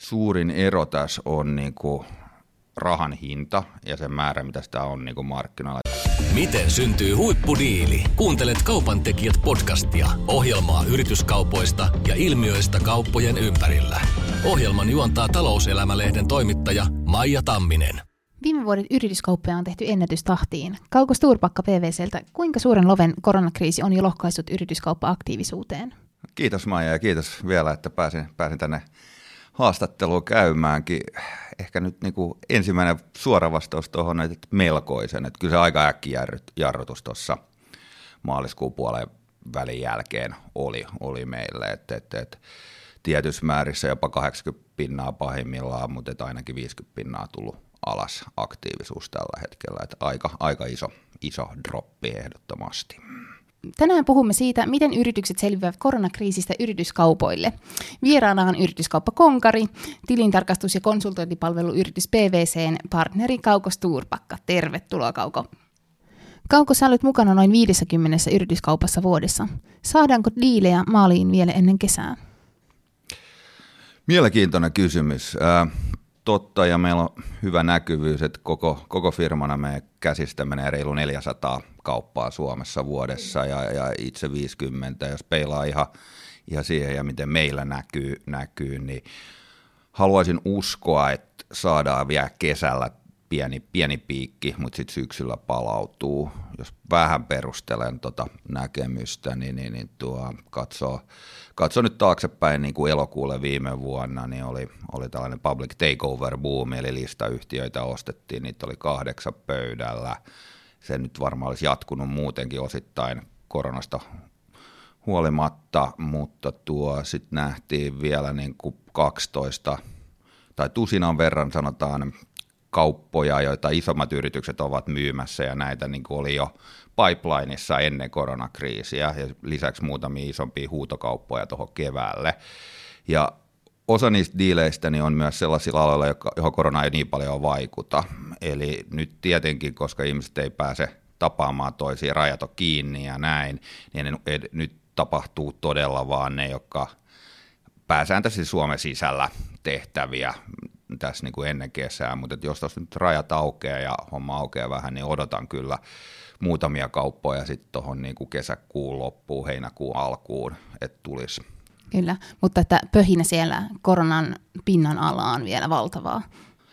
suurin ero tässä on niin kuin rahan hinta ja se määrä, mitä sitä on niin kuin markkinoilla. Miten syntyy huippudiili? Kuuntelet Kaupan tekijät podcastia, ohjelmaa yrityskaupoista ja ilmiöistä kauppojen ympärillä. Ohjelman juontaa Talouselämä-lehden toimittaja Maija Tamminen. Viime vuoden yrityskauppoja on tehty ennätystahtiin. Kauko Sturpakka PVC:ltä, kuinka suuren loven koronakriisi on jo lohkaissut yrityskauppa-aktiivisuuteen? Kiitos Maija ja kiitos vielä, että pääsin tänne haastatteluun käymäänkin. Ehkä nyt niin kuin ensimmäinen suora vastaus tuohon, että melkoisen. Että kyllä se aika äkkiä jarrutus tuossa maaliskuun puolen välin jälkeen oli meille. Että tietyissä määrissä jopa 80% pahimmillaan, mutta ainakin 50% tullut alas aktiivisuus tällä hetkellä. Että aika iso droppi ehdottomasti. Tänään puhumme siitä, miten yritykset selviävät koronakriisistä yrityskaupoille. Vieraana on yrityskauppa Konkari, tilintarkastus- ja konsultointipalveluyritys PVC:n partneri Kauko Sturpakka. Tervetuloa Kauko. Kauko, sä olet mukana noin 50 yrityskaupassa vuodessa. Saadaanko diilejä maaliin vielä ennen kesää? Mielenkiintoinen kysymys. Totta, ja meillä on hyvä näkyvyys, että koko firmana meidän käsistä menee reilu 400 kauppaa Suomessa vuodessa ja itse 50. Jos peilaa ihan siihen ja miten meillä näkyy, niin haluaisin uskoa, että saadaan vielä kesällä pieni piikki, mutta sitten syksyllä palautuu. Jos vähän perustelen näkemystä, niin katsoo nyt taaksepäin niin kuin elokuulle viime vuonna, niin oli tällainen public takeover boom, eli listayhtiöitä ostettiin, niitä oli 8 pöydällä. Se nyt varmaan olisi jatkunut muutenkin osittain koronasta huolimatta, mutta sitten nähtiin vielä niin kuin 12 tai tusinan verran sanotaan kauppoja, joita isommat yritykset ovat myymässä, ja näitä niin kuin oli jo pipelineissa ennen koronakriisiä, ja lisäksi muutamia isompia huutokauppoja tuohon keväälle. Ja osa niistä diileistä niin on myös sellaisilla aloilla, johon korona ei niin paljon vaikuta. Eli nyt tietenkin, koska ihmiset ei pääse tapaamaan toisiin, rajat on kiinni ja näin, niin nyt tapahtuu todella vaan ne, jotka pääsääntöisesti Suomen sisällä tehtäviä tässä niin kuin ennen kesää, mutta jos tuossa nyt rajat aukeaa ja homma aukeaa vähän, niin odotan kyllä muutamia kauppoja sitten tuohon niin kuin kesäkuun loppuun, heinäkuun alkuun, että tulisi. Kyllä, mutta että pöhinä siellä koronan pinnan alla on vielä valtavaa.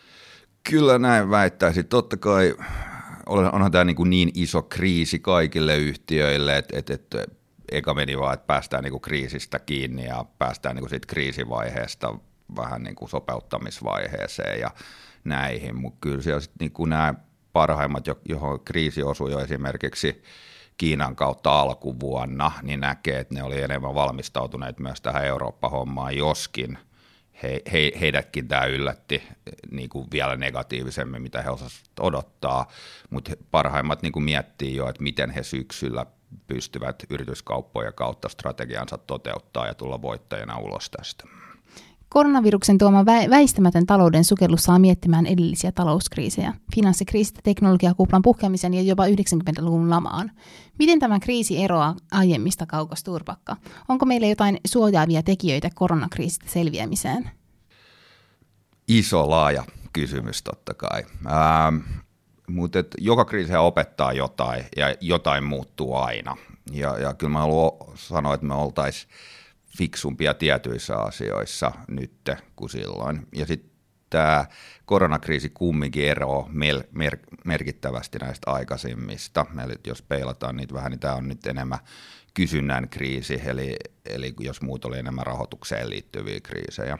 Kyllä näin väittäisin. Totta kai onhan tämä niin iso kriisi kaikille yhtiöille, että eka meni vaan, että päästään niin kuin kriisistä kiinni ja päästään niin kuin siitä kriisivaiheesta vähän niin kuin sopeuttamisvaiheeseen ja näihin, mutta kyllä siellä sitten niin kuin nämä parhaimmat, johon kriisi osui jo esimerkiksi Kiinan kautta alkuvuonna, niin näkee, että ne oli enemmän valmistautuneet myös tähän Eurooppa-hommaan, joskin heidätkin tämä yllätti niin kuin vielä negatiivisemmin, mitä he osasivat odottaa, mutta parhaimmat niin kuin miettii jo, että miten he syksyllä pystyvät yrityskauppojen kautta strategiansa toteuttaa ja tulla voittajana ulos tästä. Koronaviruksen tuoma väistämätön talouden sukellus saa miettimään edellisiä talouskriisejä, finanssikriisistä teknologiakuplan puhkeamisen ja jopa 90-luvun lamaan. Miten tämä kriisi eroaa aiemmista, Kauko Sturpakka? Onko meillä jotain suojaavia tekijöitä koronakriisistä selviämiseen? Iso, laaja kysymys totta kai. Mutta joka kriisi opettaa jotain ja jotain muuttuu aina. Ja kyllä mä haluan sanoa, että me oltaisiin fiksumpia tietyissä asioissa nyt kuin silloin. Ja sitten tämä koronakriisi kumminkin eroaa merkittävästi näistä aikaisemmista. Eli jos peilataan niitä vähän, niin tämä on nyt enemmän kysynnän kriisi, eli jos muut oli enemmän rahoitukseen liittyviä kriisejä.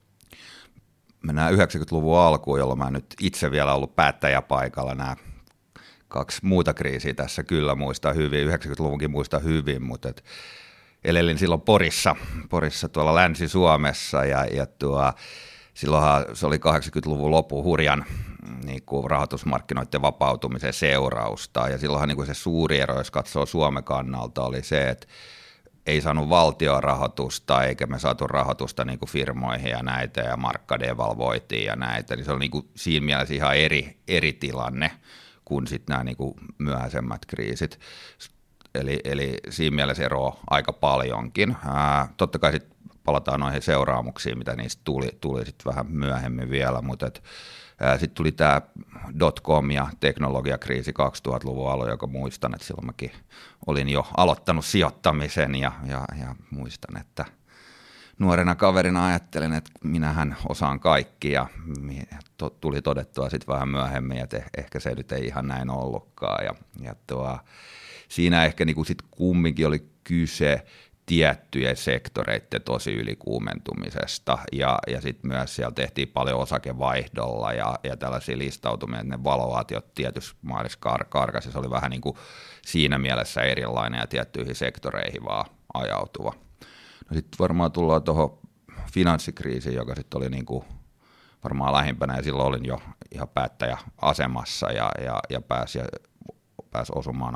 Mennään 90-luvun alkuun, jolloin mä nyt itse vielä ollut päättäjäpaikalla. Nämä 2 muuta kriisiä tässä kyllä muistaa hyvin, 90-luvunkin muistaa hyvin, mutta elelin silloin Porissa tuolla Länsi-Suomessa ja silloinhan se oli 80-luvun lopun hurjan niin kuin rahoitusmarkkinoiden vapautumisen seurausta ja silloinhan niin kuin se suuri ero, jos katsoo Suomen kannalta, oli se, että ei saanut valtion rahoitusta eikä me saatu rahoitusta niin kuin firmoihin ja näitä ja markka devalvoitiin ja näitä, niin se oli niin kuin siinä mielessä ihan eri tilanne kuin sitten nämä niin kuin myöhäisemmät kriisit. Eli siinä mielessä eroaa aika paljonkin. Totta kai sit palataan noihin seuraamuksiin, mitä niistä tuli sitten vähän myöhemmin vielä, mutta sitten tuli tämä dotcom ja teknologiakriisi 2000-luvun alun, joka muistan, että silloin mäkin olin jo aloittanut sijoittamisen ja muistan, että nuorena kaverina ajattelin, että minähän osaan kaikki ja tuli todettua sitten vähän myöhemmin, että ehkä se nyt ei ihan näin ollutkaan. Siinä ehkä niinku sit kumminkin oli kyse tiettyjen sektoreiden tosi ylikuumentumisesta ja sitten myös siellä tehtiin paljon osakevaihdolla ja tällaisia listautumia, että ne valuaatiot tietysti maailmassa karkasi. Se oli vähän niin kuin siinä mielessä erilainen ja tiettyihin sektoreihin vaan ajautuva. No sitten varmaan tullaan tuohon finanssikriisiin, joka sitten oli niin kuin varmaan lähimpänä ja silloin olin jo ihan päättäjäasemassa ja pääsi osumaan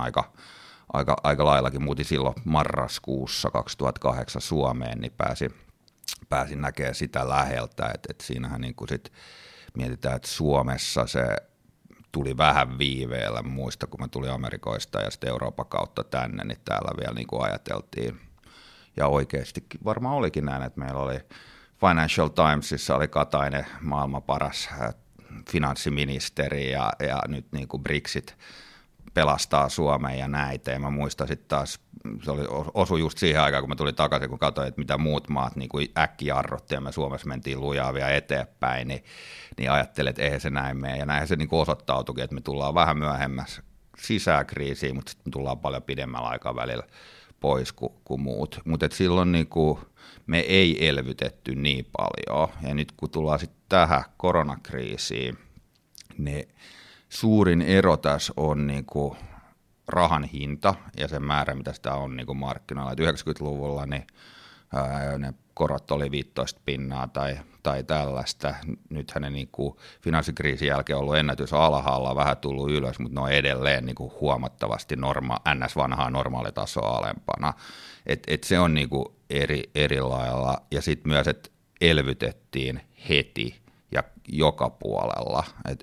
aika laillakin. Muutin silloin marraskuussa 2008 Suomeen, niin pääsin näkemään sitä läheltä, että siinähän niin kuin sit mietitään, että Suomessa se tuli vähän viiveellä. Muista, kun mä tulin Amerikoista ja sitten Euroopan kautta tänne, niin täällä vielä niin kuin ajateltiin. Ja oikeastikin varmaan olikin näin, että meillä oli Financial Timesissa oli Katainen maailman paras finanssiministeri ja nyt niin kuin Brexit pelastaa Suomen ja näitä. Ja mä muistan sitten taas, se osui just siihen aikaan, kun mä tulin takaisin, kun katsoin, että mitä muut maat niin kuin äkkijarrutti ja me Suomessa mentiin lujaa vielä eteenpäin, niin ajattelin, että eihän se näin mene. Ja näinhän se niin kuin osoittautuikin, että me tullaan vähän myöhemmässä sisäkriisiin, mutta sitten tullaan paljon pidemmällä aikavälillä pois kuin muut. Mutta silloin niin kuin me ei elvytetty niin paljon. Ja nyt kun tullaan sitten tähän koronakriisiin, niin suurin ero tässä on niin kuin rahan hinta ja se määrä, mitä sitä on niin kuin markkinoilla. Et 90-luvulla niin, ne korot oli 15% tai tällaista. Nythän ne niin kuin finanssikriisin jälkeen on ollut ennätys alhaalla, vähän tullut ylös, mutta ne on edelleen niin kuin huomattavasti NS-vanhaa normaalitasoa alempana. Et se on niin kuin eri lailla. Ja sitten myös, että elvytettiin heti ja joka puolella.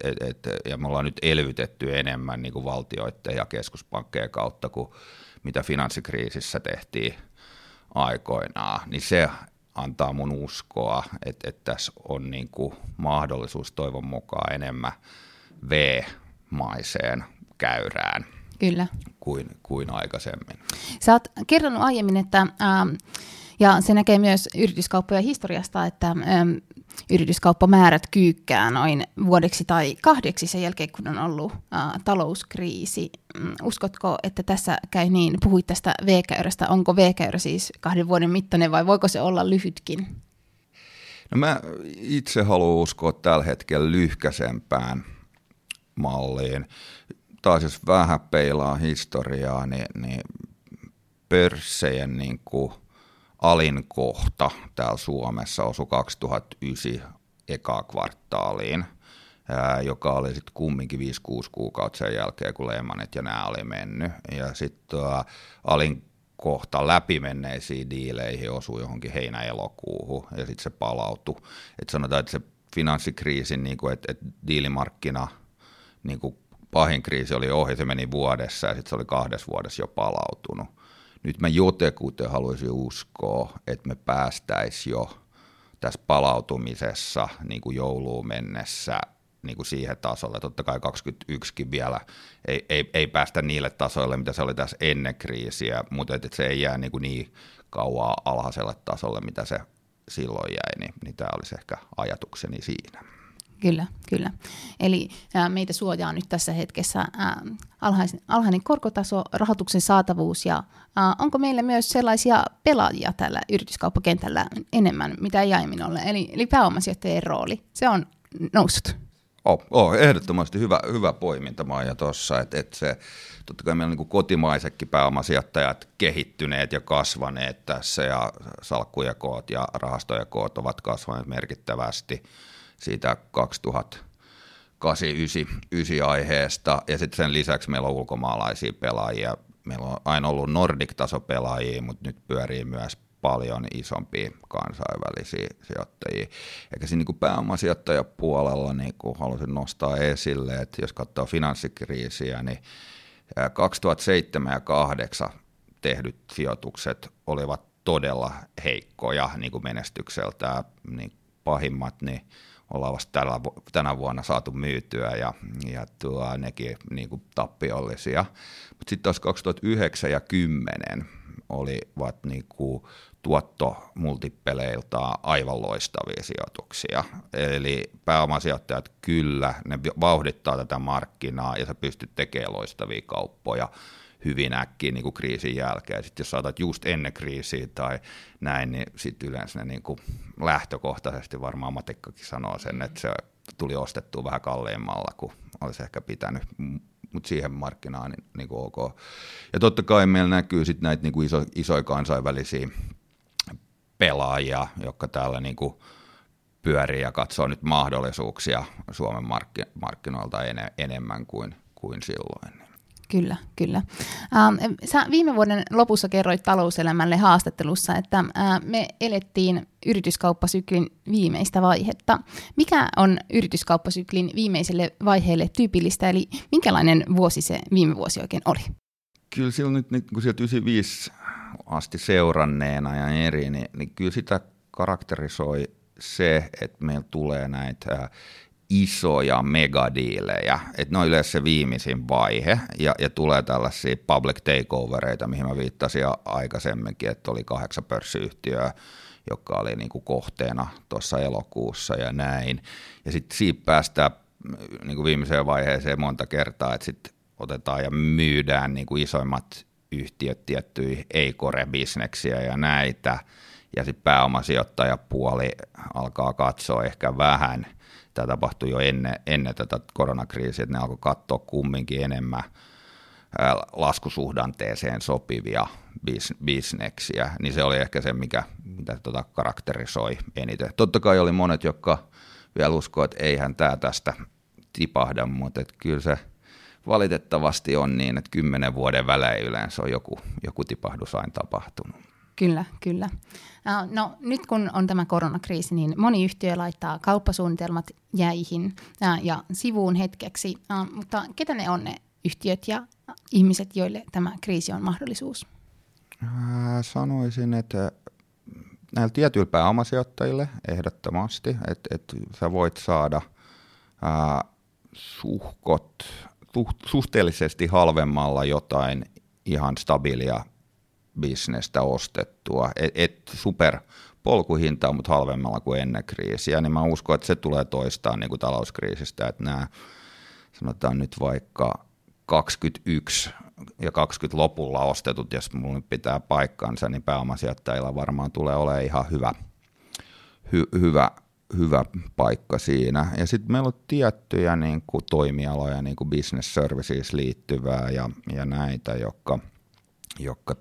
Ja me ollaan nyt elvytetty enemmän niin kuin valtioiden ja keskuspankkeen kautta kuin mitä finanssikriisissä tehtiin aikoinaan. Niin se antaa mun uskoa, että tässä on niin kuin mahdollisuus toivon mukaan enemmän V-maiseen käyrään. Kyllä. Kuin aikaisemmin. Sä oot kertonut aiemmin, että ja se näkee myös yrityskauppojen historiasta, että yrityskauppamäärät kyykkää noin vuodeksi tai 2 sen jälkeen, kun on ollut talouskriisi. Uskotko, että tässä käy niin? Puhuit tästä V-käyrästä. Onko V-käyrä siis 2 vuoden mittainen vai voiko se olla lyhytkin? No mä itse haluan uskoa tällä hetkellä lyhkäisempään malliin. Taas jos vähän peilaa historiaa, niin pörssejen niin kuin alin kohta täällä Suomessa osui 2009 ekaa kvartaaliin, joka oli sitten kumminkin 5-6 kuukautta sen jälkeen, kun Lehmanit ja nämä oli mennyt. Ja sitten alin kohta läpimenneisiin diileihin osui johonkin heinä-elokuuhun ja sitten se palautui. Et sanotaan, että se finanssikriisin, niin että diilimarkkina, niin kuin pahin kriisi oli ohi, se meni vuodessa ja sitten se oli 2 vuodessa jo palautunut. Nyt mä jotenkin haluaisin uskoa, että me päästäisiin jo tässä palautumisessa niin kuin jouluun mennessä niin kuin siihen tasolle. Totta kai 2021kin vielä ei päästä niille tasoille, mitä se oli tässä ennen kriisiä, mutta että se ei jää niin kauan alhaiselle tasolle, mitä se silloin jäi, niin tämä olisi ehkä ajatukseni siinä. Kyllä. Eli meitä suojaa nyt tässä hetkessä alhainen korkotaso, rahoituksen saatavuus ja onko meillä myös sellaisia pelaajia tällä yrityskauppakentällä enemmän, mitä ei aiemmin ole. Eli pääomasijoittajien rooli, se on noussut. Ehdottomasti hyvä poiminta Maija tuossa, että se, totta kai meillä on niin kotimaisetkin pääomasijoittajat kehittyneet ja kasvaneet tässä ja salkkujakoot ja rahastojakoot ovat kasvaneet merkittävästi siitä 2008-2009 aiheesta, ja sitten sen lisäksi meillä on ulkomaalaisia pelaajia. Meillä on aina ollut Nordic-tasopelaajia, mutta nyt pyörii myös paljon isompia kansainvälisiä sijoittajia. Eikä siinä niin pääomasijoittajapuolella niin haluaisin nostaa esille, että jos katsoo finanssikriisiä, niin 2007 ja 2008 tehdyt sijoitukset olivat todella heikkoja niin kuin menestykseltään, niin pahimmat niin ollaan vasta tänä vuonna saatu myytyä ja nekin niin kuin tappiollisia. Mutta sitten taas 2009 ja 2010 olivat niin kuin tuottomultippeleiltaan aivan loistavia sijoituksia. Eli pääomasijoittajat kyllä, ne vauhdittaa tätä markkinaa ja sä pystyt tekemään loistavia kauppoja hyvin äkkiä niin kuin kriisin jälkeen. Sitten jos saatat just ennen kriisiä tai näin, niin sitten yleensä ne niin kuin lähtökohtaisesti varmaan Matikkakin sanoo sen, että se tuli ostettua vähän kalliimmalla kuin olisi ehkä pitänyt, mutta siihen markkinaan niin kuin ok. Ja totta kai meillä näkyy sitten näitä niin kuin isoja kansainvälisiä pelaajia, jotka täällä niin kuin pyörii ja katsoo nyt mahdollisuuksia Suomen markkinoilta enemmän kuin silloin. Kyllä, kyllä. Sä viime vuoden lopussa kerroit Talouselämälle haastattelussa, että me elettiin yrityskauppasyklin viimeistä vaihetta. Mikä on yrityskauppasyklin viimeiselle vaiheelle tyypillistä, eli minkälainen vuosi se viime vuosi oikein oli? Kyllä silloin nyt niin kun sieltä 95 asti seuranneena ja eri, niin kyllä sitä karakterisoi se, että meillä tulee näitä isoja megadiilejä, että ne on yleensä se viimeisin vaihe, ja tulee tällaisia public takeovereita, mihin mä viittasin aikaisemminkin, että oli 8 pörssiyhtiöä, joka oli niin kuin kohteena tuossa elokuussa ja näin, ja sitten siitä päästään niin kuin viimeiseen vaiheeseen monta kertaa, että sitten otetaan ja myydään niin kuin isoimmat yhtiöt tiettyjä ei-core-bisneksiä ja näitä, ja sitten pääomasijoittajapuoli alkaa katsoa ehkä vähän. Tämä tapahtui jo ennen tätä koronakriisiä, että ne alkoi katsoa kumminkin enemmän laskusuhdanteeseen sopivia bisneksiä, niin se oli ehkä se, mitä karakterisoi eniten. Totta kai oli monet, jotka vielä uskoivat, että eihän tämä tästä tipahda, mutta kyllä se valitettavasti on niin, että 10 vuoden välein yleensä on joku tipahdus aina tapahtunut. Kyllä, kyllä. No nyt kun on tämä koronakriisi, niin moni yhtiö laittaa kauppasuunnitelmat jäihin ja sivuun hetkeksi, mutta ketä ne on ne yhtiöt ja ihmiset, joille tämä kriisi on mahdollisuus? Sanoisin, että näillä tietyillä pääomasijoittajille ehdottomasti, että sä voit saada suhteellisesti halvemmalla jotain ihan stabiilia bisnestä ostettua, et super polkuhintaa, mutta halvemmalla kuin ennen kriisiä, niin mä uskon, että se tulee toistaan niin kuin talouskriisistä, että nämä sanotaan nyt vaikka 21 ja 20 lopulla ostetut, jos mulla nyt pitää paikkansa, niin pääomasijoittajilla varmaan tulee olemaan ihan hyvä paikka siinä. Ja sitten meillä on tiettyjä niin kuin toimialoja, niin kuin business services liittyvää ja näitä, jotka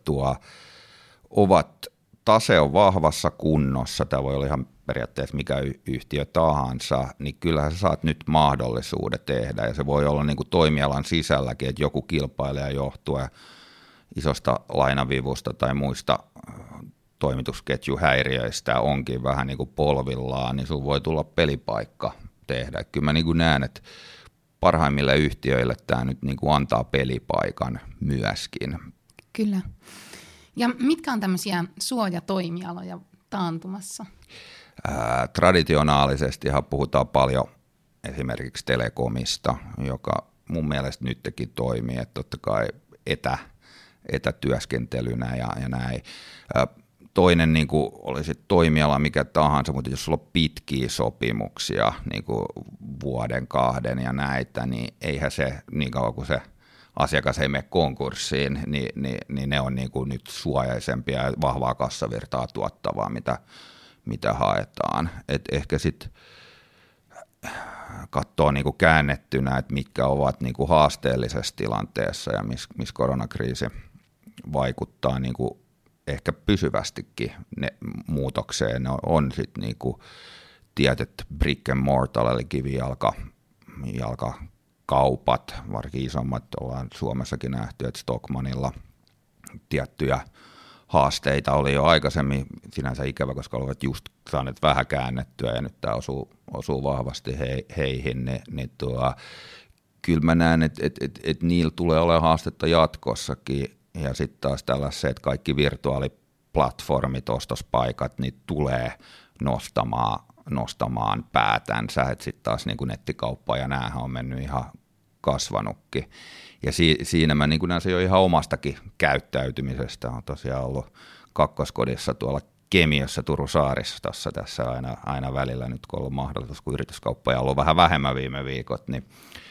tase on vahvassa kunnossa, tämä voi olla ihan periaatteessa mikä yhtiö tahansa, niin kyllähän sä saat nyt mahdollisuudet tehdä, ja se voi olla niin kuin toimialan sisälläkin, että joku kilpailija johtuen isosta lainavivusta tai muista toimitusketjuhäiriöistä onkin vähän niin kuin polvillaan, niin sun voi tulla pelipaikka tehdä. Kyllä mä niin kuin näen, että parhaimmille yhtiöille tämä nyt niin kuin antaa pelipaikan myöskin. Kyllä. Ja mitkä on tämmöisiä suojatoimialoja taantumassa? Traditionaalisestihan puhutaan paljon esimerkiksi telekomista, joka mun mielestä nytkin toimii, että totta kai etätyöskentelynä ja näin. Toinen niin kuin olisi toimiala mikä tahansa, mutta jos sulla on pitkiä sopimuksia, niin kuin vuoden, 2 ja näitä, niin eihän se niin kauan kuin se asiakas ei mene konkurssiin, niin ne on niin kuin nyt suojaisempia ja vahvaa kassavirtaa tuottavaa, mitä haetaan. Et ehkä sitten katsoo niin kuin käännettynä, että mitkä ovat niin kuin haasteellisessa tilanteessa ja missä koronakriisi vaikuttaa niin kuin ehkä pysyvästikin muutokseen. Ne on sitten niin kuin tietyt brick and mortar, eli kivijalkakaupat, varsinkin isommat ollaan Suomessakin nähty, että Stockmannilla tiettyjä haasteita oli jo aikaisemmin, sinänsä ikävä, koska olivat just saaneet vähän käännettyä ja nyt tämä osuu vahvasti heihin, kyllä mä näen, että niillä tulee olemaan haastetta jatkossakin ja sitten taas tällaiset kaikki platformit, ostospaikat, niin tulee nostamaan päätänsä, että sitten taas niin kuin nettikauppa ja näähän on mennyt ihan kasvanutkin. Ja siinä mä niin kuin näen se jo ihan omastakin käyttäytymisestä. On tosiaan ollut kakkoskodissa tuolla Kemiössä Turun Saaristossa tässä aina välillä, nyt kun on ollut mahdollisuus, kun yrityskauppoja on ollut vähän vähemmän viime viikot, niin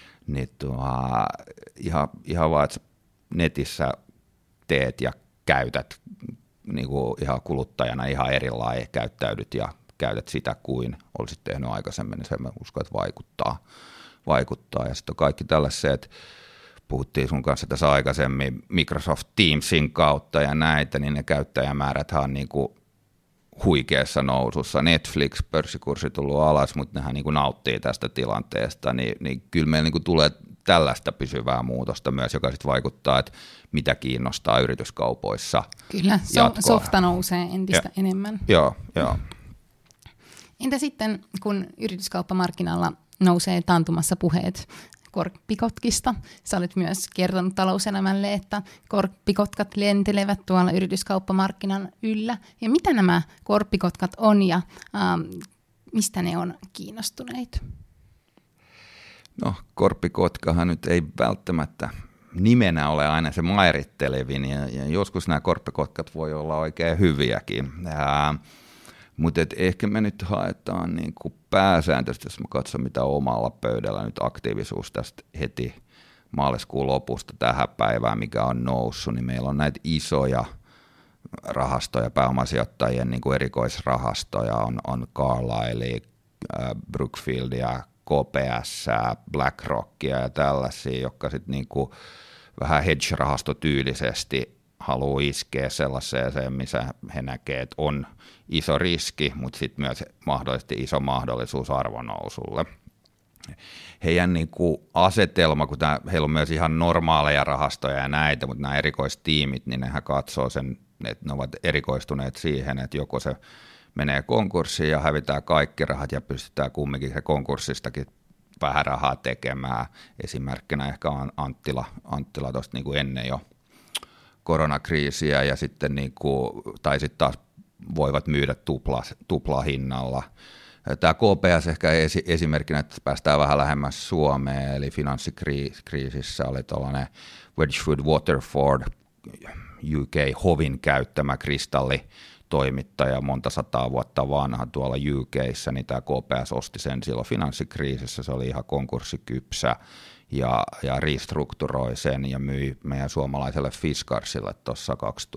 ihan vaan, että netissä teet ja käytät niin kuin ihan kuluttajana ihan erilainen, käyttäydyt ja käytät sitä kuin olisit tehnyt aikaisemmin, niin se mä uskon, että vaikuttaa. Ja sitten on kaikki tällaiset, puhuttiin sun kanssa tässä aikaisemmin Microsoft Teamsin kautta ja näitä, niin ne käyttäjämääräthän on niin kuin huikeassa nousussa. Netflix, pörssikurssi tullut alas, mutta nehän niin kuin nauttii tästä tilanteesta, niin kyllä meillä niin kuin tulee tällaista pysyvää muutosta myös, joka sitten vaikuttaa, että mitä kiinnostaa yrityskaupoissa. Kyllä, softa nousee entistä enemmän. Joo. Entä sitten, kun yrityskauppamarkkinalla nousee taantumassa puheet korppikotkista? Sä olet myös kertonut Talouselämälle, että korppikotkat lentelevät tuolla yrityskauppamarkkinan yllä. Ja mitä nämä korppikotkat on ja mistä ne on kiinnostuneet? No, korppikotkahan nyt ei välttämättä nimenä ole aina se mairittelevin, ja joskus nämä korppikotkat voi olla oikein hyviäkin. Mutta ehkä me nyt haetaan niin kuin pääsääntöisesti, jos mä katson mitä omalla pöydällä nyt aktiivisuus tästä heti maaliskuun lopusta tähän päivään, mikä on noussut, niin meillä on näitä isoja rahastoja, pääomasijoittajien niin kuin erikoisrahastoja, on Carlyle, Brookfieldia, KPS, BlackRockia ja tällaisia, jotka sitten niin kuin vähän hedge-rahastotyylisesti haluaa iskeä sellaiseen, missä he näkee, että on iso riski, mutta sitten myös mahdollisesti iso mahdollisuus arvonnousulle. Heidän niin kuin asetelma, kun heillä on myös ihan normaaleja rahastoja ja näitä, mutta nämä erikoistiimit, niin nehän katsoo sen, että ne ovat erikoistuneet siihen, että joko se menee konkurssiin ja hävitään kaikki rahat ja pystytään kumminkin se konkurssistakin vähän rahaa tekemään. Esimerkkinä ehkä on Anttila tuosta niin kuin ennen jo koronakriisiä ja sitten niin kuin, tai sitten taas voivat myydä tupla hinnalla. Tämä KPS ehkä esimerkkinä, että päästään vähän lähemmäs Suomeen, eli finanssikriisissä oli tuollainen Wedgwood Waterford UK Hovin käyttämä kristallitoimittaja, monta 100 vuotta vanha tuolla UK:ssa, niin tämä KPS osti sen silloin finanssikriisissä, se oli ihan konkurssikypsä ja restrukturoi sen ja myi meidän suomalaiselle Fiskarsille tuossa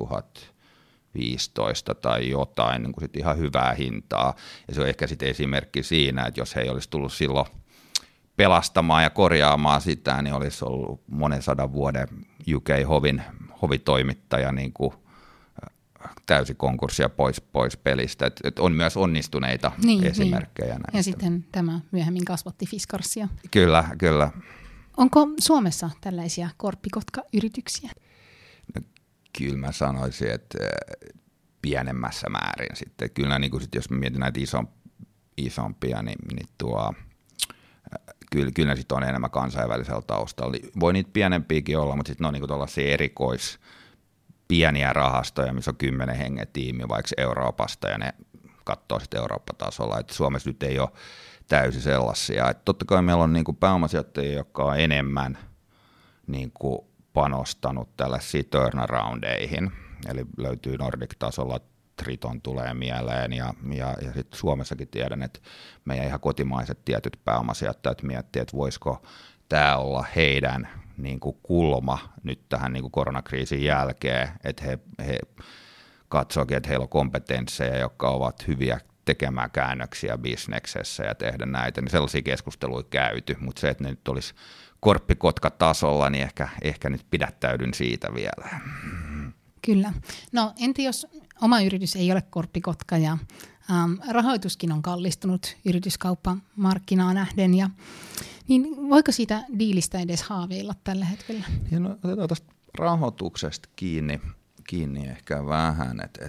2015 tai jotain, niin kuin sit ihan hyvää hintaa. Ja se on ehkä sitten esimerkki siinä, että jos he ei olisi tullut silloin pelastamaan ja korjaamaan sitä, niin olisi ollut monen 100 vuoden hovitoimittaja niin kuin täysi konkurssia pois pelistä. Et on myös onnistuneita esimerkkejä näistä. Ja sitten tämä myöhemmin kasvatti Fiskarsia. Kyllä. Onko Suomessa tällaisia korppikotka-yrityksiä? No, kyllä mä sanoisin, että pienemmässä määrin sitten. Kyllä niin sit, jos mietin näitä isompia, niin kyllä ne sitten on enemmän kansainvälisellä taustalla. Voi niitä pienempiäkin olla, mutta sitten ne on niin tuollaisia pieniä rahastoja, missä on 10 hengen tiimi vaikka Euroopasta, ja ne katsoo sitten Eurooppa-tasolla. Et Suomessa nyt ei ole täysin sellaisia. Et totta kai meillä on niin kuin pääomasijoittajia, jotka on enemmän niin kuin panostanut tällaisiin turnaroundeihin, eli löytyy Nordic-tasolla, Triton tulee mieleen, ja sitten Suomessakin tiedän, että meidän ihan kotimaiset tietyt pääomasijoittajat miettii, että voisiko tämä olla heidän niin kuin kulma nyt tähän niin kuin koronakriisin jälkeen, että he katsookin, että heillä on kompetensseja, jotka ovat hyviä tekemään käännöksiä bisneksessä ja tehdä näitä, niin sellaisia keskusteluja käyty, mutta se, että ne nyt olisi korppikotka-tasolla, niin ehkä nyt pidättäydyn siitä vielä. Kyllä. No entä jos oma yritys ei ole korppikotka ja rahoituskin on kallistunut yrityskauppamarkkinaa nähden, niin voiko siitä diilistä edes haaveilla tällä hetkellä? Ja no, otetaan tästä rahoituksesta kiinni ehkä vähän, että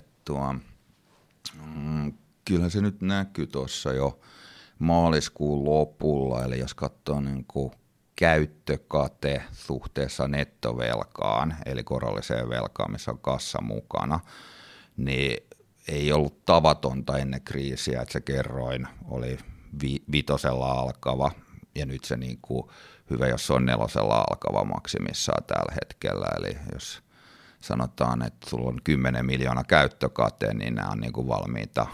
kyllä se nyt näkyy tuossa jo maaliskuun lopulla, eli jos katsoo niin kuin käyttökate suhteessa nettovelkaan, eli korolliseen velkaan, missä on kassa mukana, niin ei ollut tavatonta ennen kriisiä, että se kerroin oli 5 alkava ja nyt se niin kuin hyvä, jos se on 4 alkava maksimissaan tällä hetkellä. Eli jos sanotaan, että sulla on 10 miljoonaa käyttökate, niin nämä on niin kuin valmiita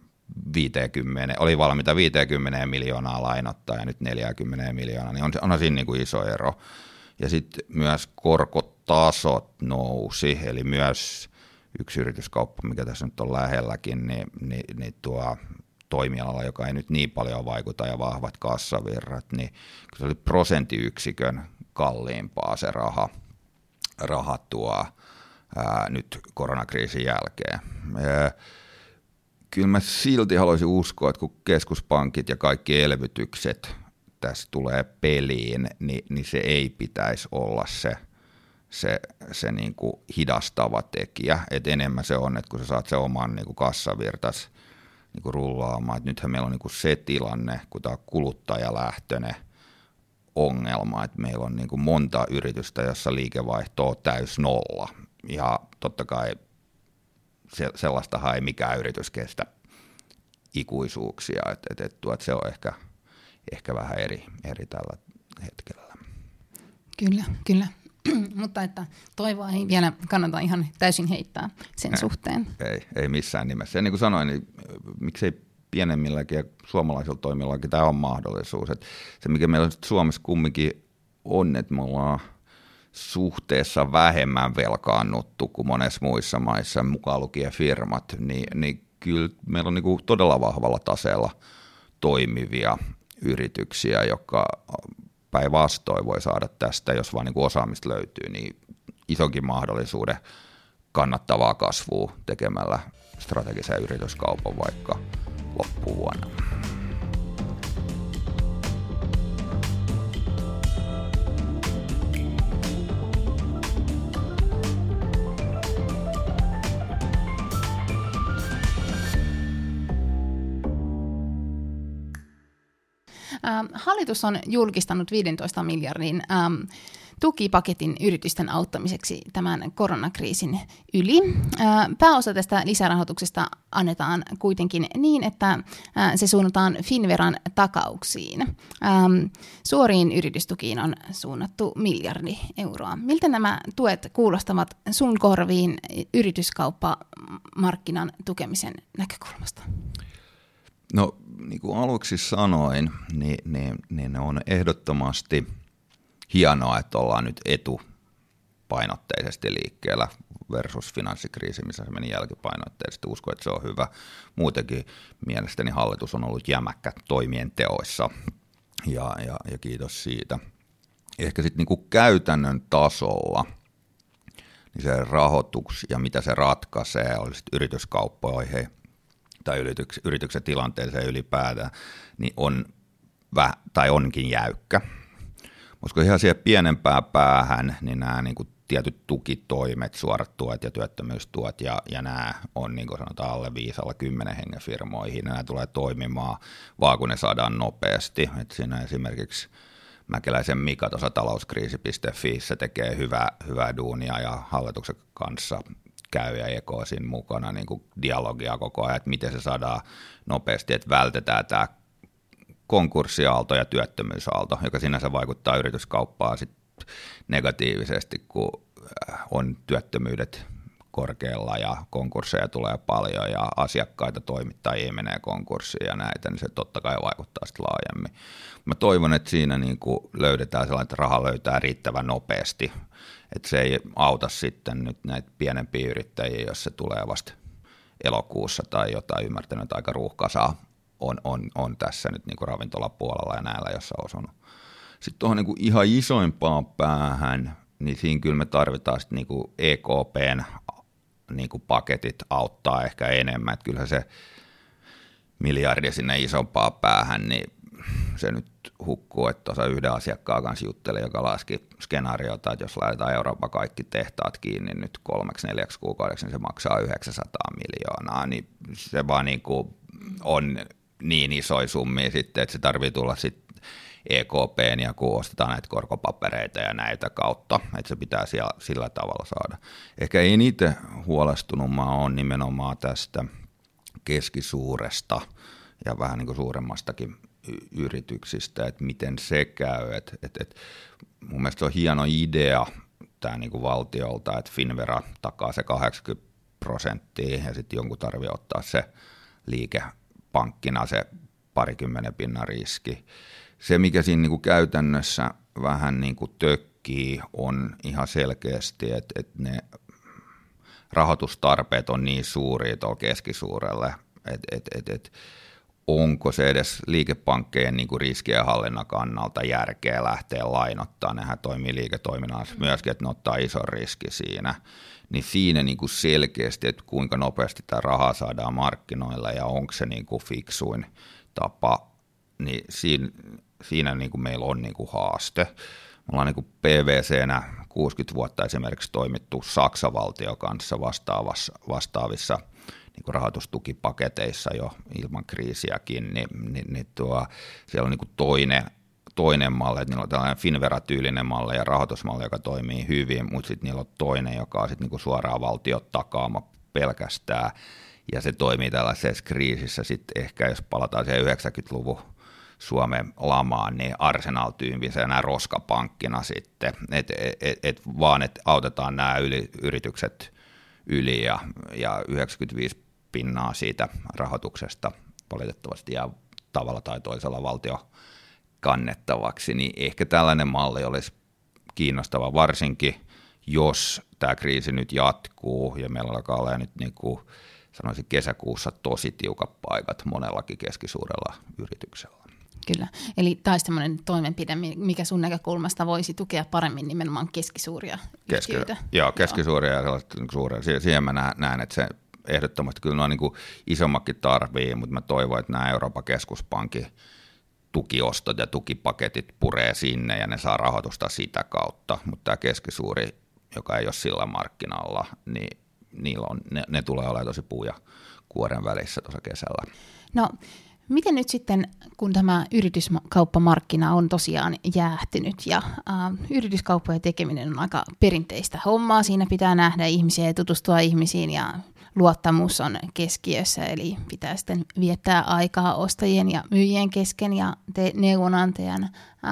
50 miljoonaa lainottaa ja nyt 40 miljoonaa, niin onhan siinä niin kuin iso ero. Ja sitten myös korkotasot nousi, eli myös yksi yrityskauppa, mikä tässä nyt on lähelläkin, niin tuo toimialalla, joka ei nyt niin paljon vaikuta ja vahvat kassavirrat, niin se oli prosenttiyksikön kalliimpaa se raha tuo nyt koronakriisin jälkeen. Kyllä mä silti haluaisin uskoa, että kun keskuspankit ja kaikki elvytykset tässä tulee peliin, niin se ei pitäisi olla se niin kuin hidastava tekijä. Et enemmän se on, että kun sä saat se oman niin kuin kassavirtas niin kuin rullaamaan. Et nythän meillä on niin kuin se tilanne, kun tämä on kuluttajalähtöinen ongelma, että meillä on niin kuin monta yritystä, jossa liikevaihto on täys nolla. Ja totta kai sellaistahan ei mikään yritys kestä ikuisuuksia, että se on ehkä vähän eri tällä hetkellä. Kyllä. Mutta että toivoa ei vielä kannata ihan täysin heittää sen suhteen. Ei missään nimessä. Ja niin kuin sanoin, niin miksei pienemmilläkin ja suomalaisilla toimillakin tämä on mahdollisuus. Että se, mikä meillä Suomessa kumminkin on, että me ollaan suhteessa vähemmän velkaannuttu kuin monessa muissa maissa, mukaan lukien firmat, niin kyllä meillä on niin kuin todella vahvalla taseella toimivia yrityksiä, jotka päinvastoin voi saada tästä, jos vaan niin kuin osaamista löytyy, niin isonkin mahdollisuuden kannattavaa kasvua tekemällä strategisen yrityskaupan vaikka loppuvuonna. Hallitus on julkistanut 15 miljardin tukipaketin yritysten auttamiseksi tämän koronakriisin yli. Pääosa tästä lisärahoituksesta annetaan kuitenkin niin, että se suunnataan Finnveran takauksiin. Suoriin yritystukiin on suunnattu 1 miljardi euroa. Miltä nämä tuet kuulostavat sun korviin yrityskauppamarkkinan tukemisen näkökulmasta? No, niin kuin aluksi sanoin, niin on ehdottomasti hienoa, että ollaan nyt etupainotteisesti liikkeellä versus finanssikriisi, missä se meni jälkipainotteisesti. Uskon, että se on hyvä. Muutenkin mielestäni hallitus on ollut jämäkkä toimien teoissa ja kiitos siitä. Ehkä sitten niin kuin käytännön tasolla niin se rahoitus ja mitä se ratkaisee, oli sitten yrityskauppoihin tai yrityksen tilanteeseen ylipäätään, niin onkin jäykkä. Koska ihan siihen pienempään päähän, niin nämä niin kuin tietyt tukitoimet, suorat tuet ja työttömyystuet, ja nämä on niin kuin sanotaan alle 5-10 hengen firmoihin, nämä tulee toimimaan vaan kun ne saadaan nopeasti. Et siinä esimerkiksi Mäkeläisen Mika tuossa talouskriisi.fi, se tekee hyvää duunia ja hallituksen kanssa käy ja ekoo siinä mukana niin kuin dialogia koko ajan, että miten se saadaan nopeasti, että vältetään tämä konkurssiaalto ja työttömyysaalto, joka sinänsä vaikuttaa yrityskauppaan sit negatiivisesti, kun on työttömyydet korkealla ja konkursseja tulee paljon ja asiakkaita toimittajia menee konkurssiin ja näitä, niin se totta kai vaikuttaa sitten laajemmin. Mä toivon, että siinä niin kuin löydetään sellainen, että raha löytää riittävän nopeasti, että se ei auta sitten nyt näitä pienempiä yrittäjiä, jos se tulee vasta elokuussa tai jotain ymmärtänyt, että aika ruuhkasaa on tässä nyt niin kuin ravintolapuolella ja näillä, jossa on osunut. Sitten tuohon niin kuin ihan isoimpaan päähän, niin siinä kyllä me tarvitaan sitten niin kuin EKPn niin kuin paketit auttaa ehkä enemmän. Että kyllähän se miljardi sinne isompaan päähän, niin se nyt hukkuu, että tuossa yhden asiakkaan kanssa jutteli, joka laski skenaariota, että jos laitetaan Euroopan kaikki tehtaat kiinni nyt 3-4 kuukaudeksi, niin se maksaa 900 miljoonaa, niin se vaan niin kuin on niin isoja summia sitten, että se tarvitsee tulla sitten EKP:n ja kun ostetaan näitä korkopapereita ja näitä kautta, että se pitää sillä tavalla saada. Ehkä eniten huolestunut mä oon nimenomaan tästä keskisuuresta ja vähän niin kuin suuremmastakin yrityksistä, että miten se käy. Mun mielestä se on hieno idea tämä niin kuin valtiolta, että Finnvera takaa se 80% ja sitten jonkun tarvitsee ottaa se liikepankkina se 20% riski. Se, mikä siinä niin kuin käytännössä vähän niin kuin tökkii, on ihan selkeästi, että ne rahoitustarpeet on niin suuria tuolla keskisuurelle, että onko se edes liikepankkeen niin kuin riskien hallinnan kannalta järkeä lähteä lainottaa. Nehän toimii liiketoiminnassa myöskin, että ne ottaa ison riski siinä. Niin siinä niin kuin selkeästi, että kuinka nopeasti tämä rahaa saadaan markkinoille ja onko se niin kuin fiksuin tapa, niin siinä niin kuin meillä on niin kuin haaste. Me ollaan niin kuin PVC:nä 60 vuotta esimerkiksi toimittu Saksan valtion kanssa vastaavissa niin kuin rahoitustukipaketeissa jo ilman kriisiäkin, niin siellä on niin kuin toinen malli, että niillä on tällainen Finnvera-tyylinen malli ja rahoitusmalli, joka toimii hyvin, mutta sitten niillä on toinen, joka on sitten niin kuin suoraan valtiot takaama pelkästään, ja se toimii tällaisessa kriisissä sitten ehkä, jos palataan siihen 90-luvun Suomen lamaan, niin Arsenal-tyyppisenä roskapankkina sitten, että autetaan nämä yritykset yli ja 95% siitä rahoituksesta valitettavasti jää tavalla tai toisella valtio kannettavaksi, niin ehkä tällainen malli olisi kiinnostava, varsinkin jos tämä kriisi nyt jatkuu ja meillä alkaa olla nyt niin kuin sanoisin kesäkuussa tosi tiukat paikat monellakin keskisuurella yrityksellä. Kyllä, eli taisi sellainen toimenpide, mikä sun näkökulmasta voisi tukea paremmin nimenomaan keskisuuria yhtiöitä. Joo, keskisuuria ja sellaiset suuria. Siihen mä näen, että se ehdottomasti kyllä on niin kuin isommakin tarvii, mutta mä toivon, että nämä Euroopan keskuspankin tukiostot ja tukipaketit puree sinne ja ne saa rahoitusta sitä kautta, mutta tämä keskisuuri, joka ei ole sillä markkinalla, niin ne tulee olemaan tosi puu ja kuoren välissä tuossa kesällä. No, miten nyt sitten, kun tämä yrityskauppamarkkina on tosiaan jäähtynyt ja yrityskauppojen tekeminen on aika perinteistä hommaa, siinä pitää nähdä ihmisiä ja tutustua ihmisiin ja luottamus on keskiössä, eli pitää sitten viettää aikaa ostajien ja myyjien kesken ja te neuvonantajan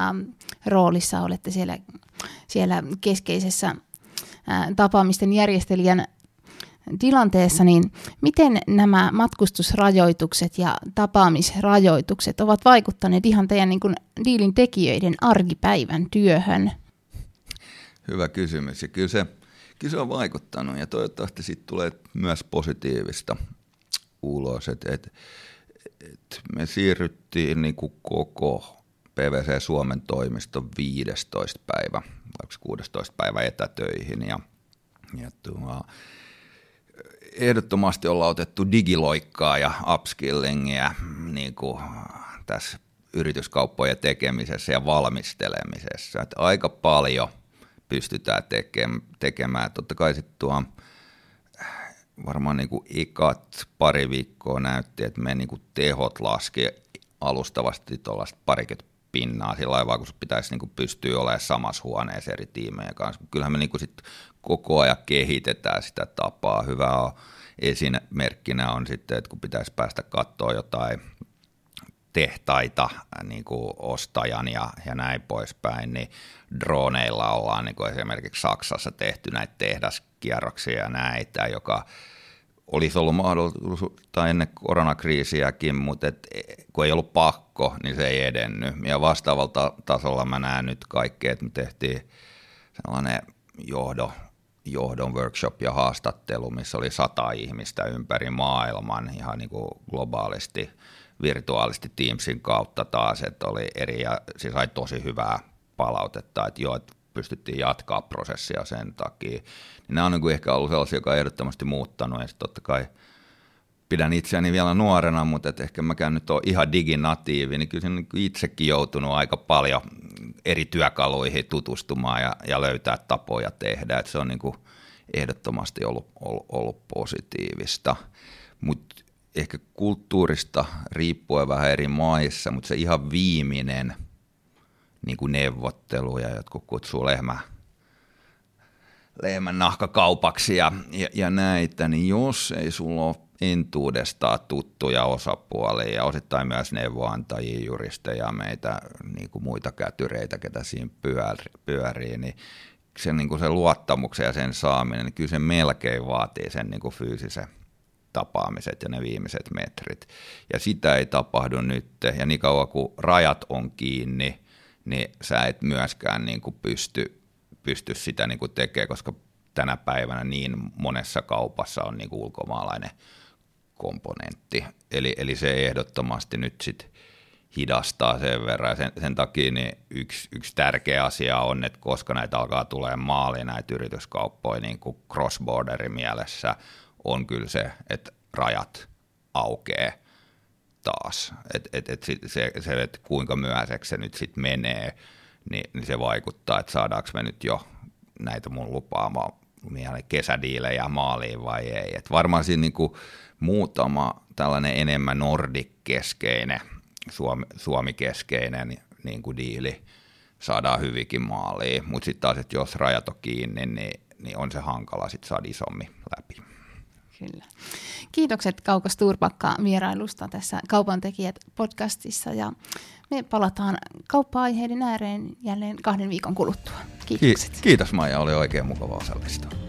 roolissa olette siellä keskeisessä tapaamisten järjestelijän tilanteessa, niin miten nämä matkustusrajoitukset ja tapaamisrajoitukset ovat vaikuttaneet ihan teidän niin kuin diilin tekijöiden arkipäivän työhön? Hyvä kysymys, ja kyllä se on vaikuttanut, ja toivottavasti siitä tulee myös positiivista ulos, että me siirryttiin niin kuin koko PVC Suomen toimiston 15. päivä, 16. päivä etätöihin, ja ehdottomasti ollaan otettu digiloikkaa ja upskillingia niin kuin tässä yrityskauppojen tekemisessä ja valmistelemisessa. Että aika paljon pystytään tekemään. Totta kai sitten varmaan niin kuin ekat pari viikkoa näytti, että me niin kuin tehot laski alustavasti tuollaista 20% sillä lailla, kun pitäisi niin kuin pystyä olemaan samassa huoneessa eri tiimejä kanssa. Kyllähän me niin kuin sit koko ajan kehitetään sitä tapaa. Hyvä esimerkkinä on sitten, että kun pitäisi päästä katsoa jotain tehtaita niin kuin ostajan ja näin poispäin, niin droneilla ollaan niin kuin esimerkiksi Saksassa tehty näitä tehdaskierroksia ja näitä, joka olisi ollut mahdollisuutta ennen koronakriisiäkin, mutta kun ei ollut pakko, niin se ei edennyt. Ja vastaavalla tasolla mä näen nyt kaikkea, että me tehtiin sellainen johdon workshop ja haastattelu, missä oli 100 ihmistä ympäri maailman ihan niin kuin globaalisti, virtuaalisesti Teamsin kautta taas, että oli eri ja siis sai tosi hyvää palautetta, että joo, että pystyttiin jatkaa prosessia sen takia. Niin nämä on niin kuin ehkä ollut sellaisia, joka on ehdottomasti muuttanut, ja totta kai pidän itseäni vielä nuorena, mutta et ehkä mäkään nyt ole ihan diginatiivi, niin kyllä niin itsekin joutunut aika paljon eri työkaluihin tutustumaan ja löytää tapoja tehdä, että se on niin kuin ehdottomasti ollut positiivista, mutta ehkä kulttuurista riippuen vähän eri maissa, mutta se ihan viimeinen niin kuin neuvotteluja, jotkut kutsuu lehmän nahkakaupaksi ja näitä, niin jos ei sulla ole entuudestaan tuttuja osapuolia ja osittain myös neuvoantajia, juristeja, meitä niin kuin muita kätyreitä, ketä siinä pyörii, niin se, niin kuin se luottamuksen ja sen saaminen, niin kyllä se melkein vaatii sen niin kuin fyysisen tapaamiset ja ne viimeiset metrit. Ja sitä ei tapahdu nyt. Ja niin kauan kuin rajat on kiinni, niin sä et myöskään niin kuin pysty sitä niin kuin tekemään, koska tänä päivänä niin monessa kaupassa on niin kuin ulkomaalainen komponentti. Eli se ehdottomasti nyt sit hidastaa sen verran. Sen takia niin yksi tärkeä asia on, että koska näitä alkaa tulemaan maaliin näitä yrityskauppoja niin kuin cross-borderin mielessä, on kyllä se, että rajat aukeaa taas. Että kuinka myöhäiseksi se nyt sitten menee, niin se vaikuttaa, että saadaanko me nyt jo näitä mun lupaamaan kesädiilejä maaliin vai ei. Et varmaan siinä niinku muutama tällainen enemmän nordic-keskeinen, Suomi-keskeinen niinku diili saadaan hyvinkin maaliin, mutta sitten taas, että jos rajat on kiinni, niin on se hankala sitten saada isommin läpi. Kyllä. Kiitokset Kauko Sturbackka vierailusta tässä Kaupan tekijät -podcastissa ja me palataan kauppa-aiheiden ääreen jälleen 2 viikon kuluttua. Kiitokset. Kiitos Maija, oli oikein mukava osallistua.